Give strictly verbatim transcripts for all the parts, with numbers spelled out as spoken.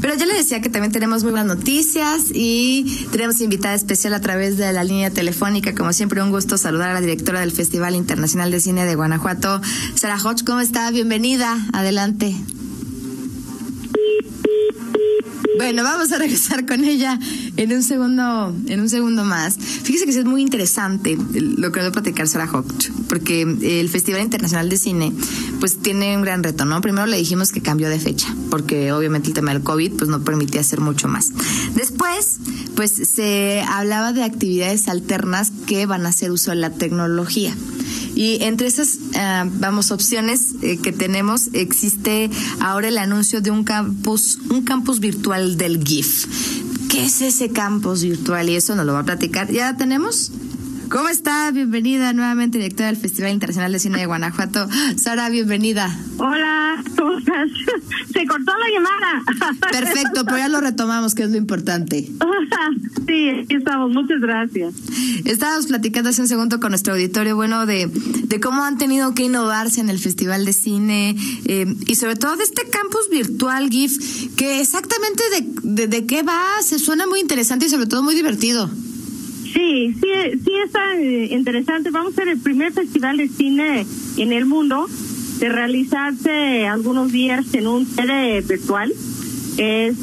Pero ya le decía que también tenemos muy buenas noticias y tenemos invitada especial a través de la línea telefónica. Como siempre, un gusto saludar a la directora del Festival Internacional de Cine de Guanajuato, Sara Hodge. ¿Cómo está? Bienvenida. Adelante. Bueno, vamos a regresar con ella en un segundo, en un segundo más. Fíjese que es muy interesante lo que nos va a platicar Sara Hodge, porque el Festival Internacional de Cine, pues tiene un gran reto, ¿no? Primero le dijimos que cambió de fecha, porque obviamente el tema del COVID, pues no permitía hacer mucho más. Después, pues se hablaba de actividades alternas que van a hacer uso de la tecnología. Y entre esas, uh, vamos, opciones eh, que tenemos, existe ahora el anuncio de un campus, un campus virtual del GIF. ¿Qué es ese campus virtual? Y eso nos lo va a platicar. ¿Ya la tenemos? ¿Cómo está? Bienvenida nuevamente, directora del Festival Internacional de Cine de Guanajuato. Sara, bienvenida. Hola, ¿cómo estás? Se cortó la llamada. Perfecto, pero ya lo retomamos, que es lo importante. Sí, aquí estamos, muchas gracias. Estábamos platicando hace un segundo con nuestro auditorio, bueno, de, de cómo han tenido que innovarse en el Festival de Cine eh, y sobre todo de este campus virtual GIF, que exactamente de, de, de qué va, se suena muy interesante y sobre todo muy divertido. Sí, sí, sí está interesante. Vamos a ser el primer festival de cine en el mundo de realizarse algunos días en un sede virtual. Es,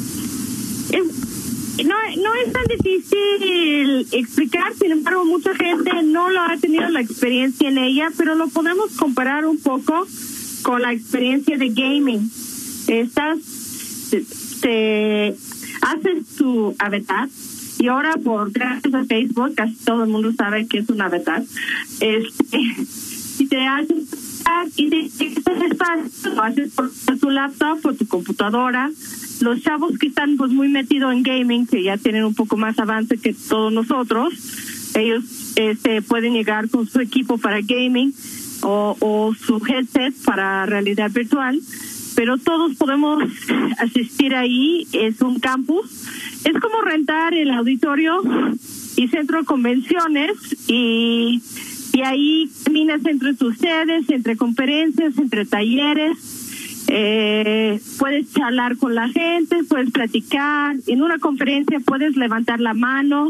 es no, no es tan difícil explicar, sin embargo, mucha gente no lo ha tenido la experiencia en ella, pero lo podemos comparar un poco con la experiencia de gaming. Estás, te, te haces tu avatar. Y ahora, por gracias a Facebook, casi todo el mundo sabe que es un avatar. Este, y te haces y te, te lo haces por tu laptop, por tu computadora. Los chavos que están pues muy metidos en gaming, que ya tienen un poco más avance que todos nosotros, ellos este, pueden llegar con su equipo para gaming o, o su headset para realidad virtual. Pero todos podemos asistir ahí. Es un campus. Es como rentar el auditorio y centro de convenciones y, y ahí caminas entre tus sedes, entre conferencias, entre talleres. Eh, puedes charlar con la gente, puedes platicar. En una conferencia puedes levantar la mano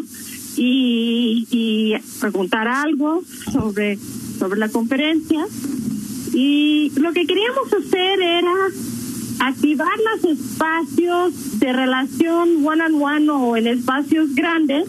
y, y preguntar algo sobre, sobre la conferencia. Y lo que queríamos hacer era activar los espacios de relación one on one o en espacios grandes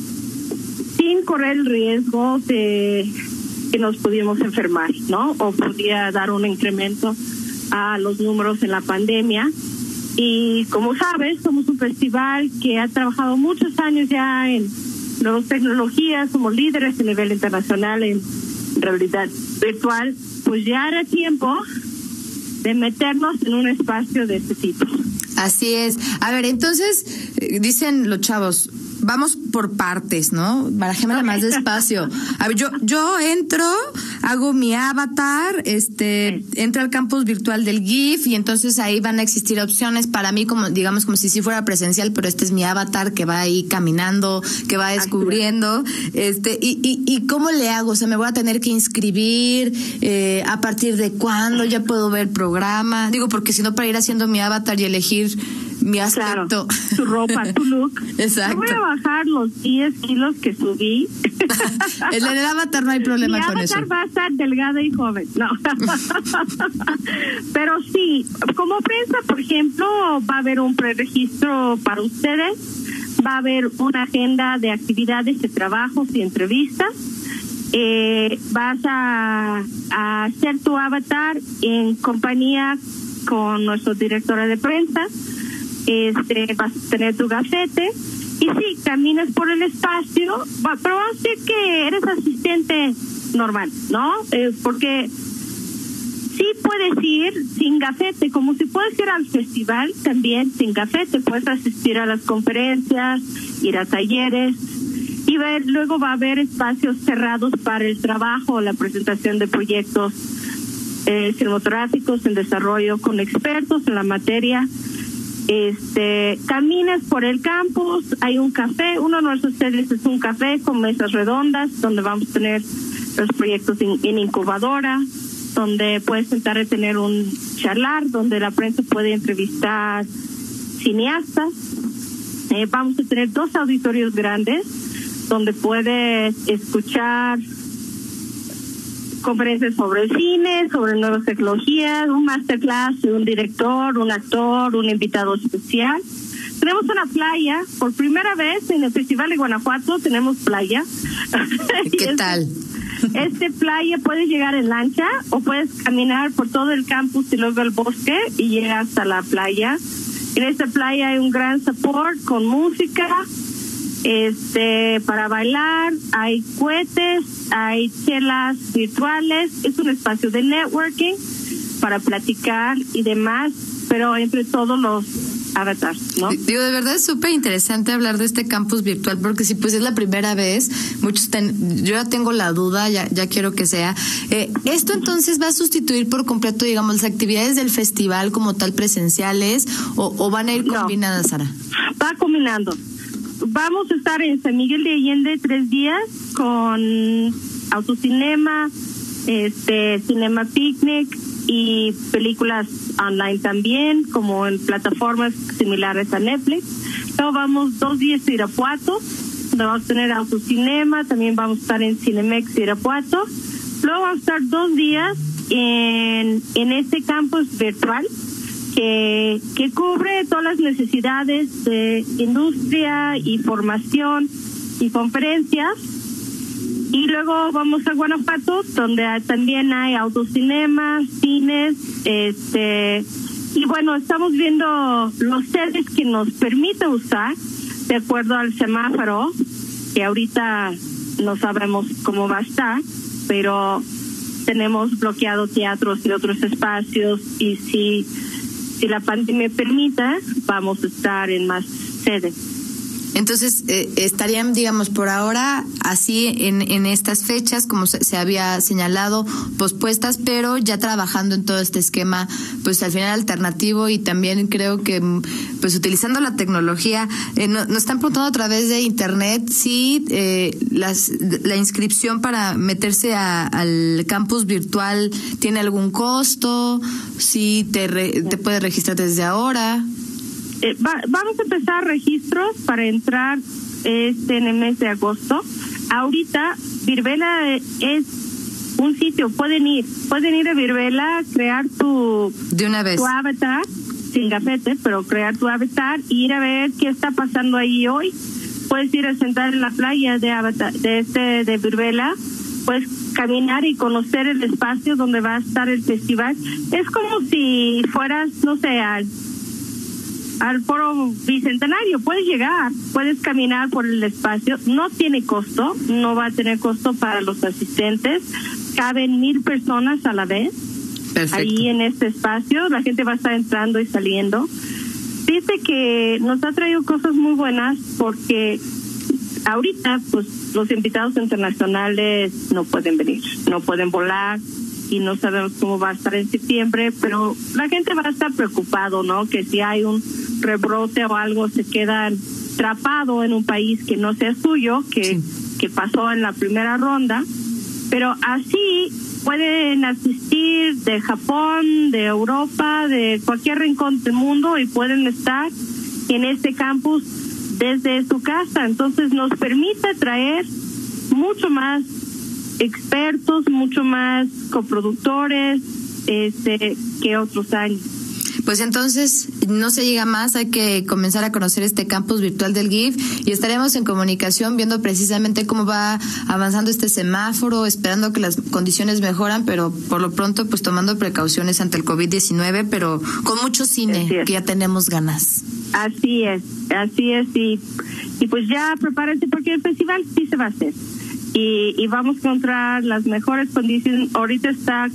sin correr el riesgo de que nos pudiéramos enfermar, ¿no? O podía dar un incremento a los números en la pandemia. Y como sabes, somos un festival que ha trabajado muchos años ya en nuevas tecnologías, somos líderes a nivel internacional en realidad virtual. Pues ya era tiempo de meternos en un espacio de este tipo. Así es. A ver, entonces, eh, dicen los chavos, vamos por partes, ¿no? Barajémosla más despacio. A ver, yo yo entro, hago mi avatar, este, entro al campus virtual del GIF y entonces ahí van a existir opciones para mí, como digamos, como si sí fuera presencial, pero este es mi avatar que va ahí caminando, que va descubriendo, este, y, y, y ¿cómo le hago? O sea, me voy a tener que inscribir, eh, a partir de cuándo ya puedo ver programa, digo, porque si no, para ir haciendo mi avatar y elegir mi aspecto. Claro, tu ropa, tu look. Exacto. Yo voy a bajar los diez kilos que subí. En el avatar no hay problema con eso. Mi avatar va a estar delgada y joven. No. Pero sí, como prensa, por ejemplo, va a haber un preregistro para ustedes. Va a haber una agenda de actividades, de trabajos y entrevistas. Eh, vas a, a hacer tu avatar en compañía con nuestro director de prensa. Este, vas a tener tu gafete y sí, caminas por el espacio, pero vamos a decir que eres asistente normal, ¿no? Eh, porque sí puedes ir sin gafete, como si puedes ir al festival también sin gafete, puedes asistir a las conferencias, ir a talleres y ver, luego va a haber espacios cerrados para el trabajo, la presentación de proyectos eh, cinematográficos en desarrollo con expertos en la materia. Este, caminas por el campus, hay un café, uno de nuestros sedes es un café con mesas redondas donde vamos a tener los proyectos en, en incubadora, donde puedes sentar y tener un charlar, donde la prensa puede entrevistar cineastas. Eh, vamos a tener dos auditorios grandes donde puedes escuchar conferencias sobre cine, sobre nuevas tecnologías, un masterclass de un director, un actor, un invitado especial. Tenemos una playa, por primera vez en el Festival de Guanajuato tenemos playa. ¿Qué tal? Este playa puedes llegar en lancha o puedes caminar por todo el campus y luego al bosque y llegar hasta la playa. En esta playa hay un gran support con música, este, para bailar, hay cohetes, hay chelas virtuales, es un espacio de networking para platicar y demás, pero entre todos los avatars, ¿no? Digo, de verdad es súper interesante hablar de este campus virtual, porque si pues es la primera vez, muchos ten, yo ya tengo la duda, ya, ya quiero que sea. Eh, ¿Esto entonces va a sustituir por completo, digamos, las actividades del festival como tal presenciales o, o van a ir combinadas, no, Sara? Va combinando. Vamos a estar en San Miguel de Allende tres días con autocinema, este, cinema picnic y películas online también, como en plataformas similares a Netflix. Luego vamos dos días a Irapuato, donde vamos a tener autocinema, también vamos a estar en Cinemex Irapuato. Luego vamos a estar dos días en, en este campus virtual que, que cubre todas las necesidades de industria y formación y conferencias. Y luego vamos a Guanajuato, donde también hay autocinema, cines, este, y bueno, estamos viendo los sedes que nos permite usar de acuerdo al semáforo, que ahorita no sabemos cómo va a estar, pero tenemos bloqueado teatros y otros espacios, y si, si la pandemia permite, vamos a estar en más sedes. Entonces, eh, estarían, digamos, por ahora así en, en estas fechas, como se, se había señalado, pospuestas, pero ya trabajando en todo este esquema, pues al final alternativo, y también creo que, pues utilizando la tecnología. Eh, no, nos están preguntando a través de internet si eh, las, la inscripción para meterse a, al campus virtual tiene algún costo, si te, re, te puedes registrar desde ahora. Eh, va, vamos a empezar registros para entrar este en el mes de agosto. Ahorita Virbela es un sitio, pueden ir, pueden ir a Virbela, crear tu de una vez tu avatar, sin gafete, pero crear tu avatar y ir a ver qué está pasando ahí hoy. Puedes ir a sentar en la playa de avatar, de este de Virbela, puedes caminar y conocer el espacio donde va a estar el festival. Es como si fueras, no sé, al al Foro Bicentenario. Puedes llegar, puedes caminar por el espacio, no tiene costo, no va a tener costo para los asistentes, caben mil personas a la vez. Perfecto. Ahí en este espacio, la gente va a estar entrando y saliendo. Dice que nos ha traído cosas muy buenas porque ahorita pues los invitados internacionales no pueden venir, no pueden volar, y no sabemos cómo va a estar en septiembre, pero la gente va a estar preocupado, ¿no? Que si hay un rebrote o algo, se quedan atrapado en un país que no sea suyo, que, sí. que pasó en la primera ronda, pero así pueden asistir de Japón, de Europa, de cualquier rincón del mundo, y pueden estar en este campus desde su casa. Entonces nos permite traer mucho más expertos, mucho más coproductores este que otros años. Pues entonces no se llega más, hay que comenzar a conocer este campus virtual del GIF, y estaremos en comunicación viendo precisamente cómo va avanzando este semáforo, esperando que las condiciones mejoran, pero por lo pronto pues tomando precauciones ante el covid diecinueve, pero con mucho cine que ya tenemos ganas. Así es, así es, y, y pues ya prepárense porque el festival sí se va a hacer. Y, y vamos a encontrar las mejores condiciones. Ahorita está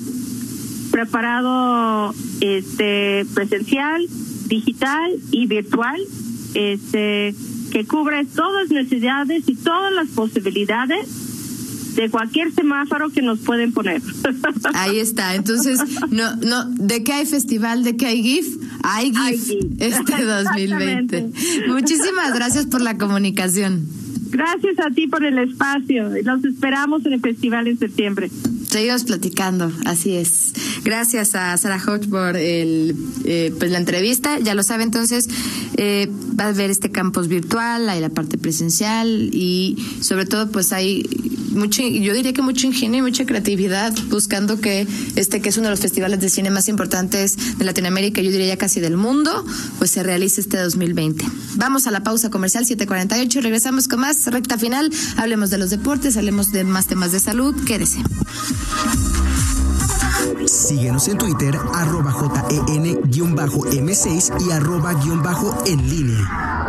preparado este presencial, digital y virtual, este que cubre todas las necesidades y todas las posibilidades de cualquier semáforo que nos pueden poner. Ahí está. Entonces, no, no, ¿de qué hay festival? ¿De qué hay GIF? Hay GIF, hay GIF. Este dos mil veinte. Muchísimas gracias por la comunicación. Gracias a ti por el espacio. Los esperamos en el festival en septiembre. Seguimos platicando, así es. Gracias a Sara Hoch por el, eh, pues la entrevista. Ya lo sabe, entonces eh, va a ver este campus virtual, hay la parte presencial y sobre todo pues hay mucho, yo diría que mucho ingenio y mucha creatividad buscando que este que es uno de los festivales de cine más importantes de Latinoamérica, yo diría ya casi del mundo, pues se realice este dos mil veinte. Vamos a la pausa comercial siete cuarenta y ocho y regresamos con más recta final. Hablemos de los deportes, hablemos de más temas de salud. Quédese. Síguenos en Twitter, arroba J E N guión bajo M seis y arroba guión bajo en línea.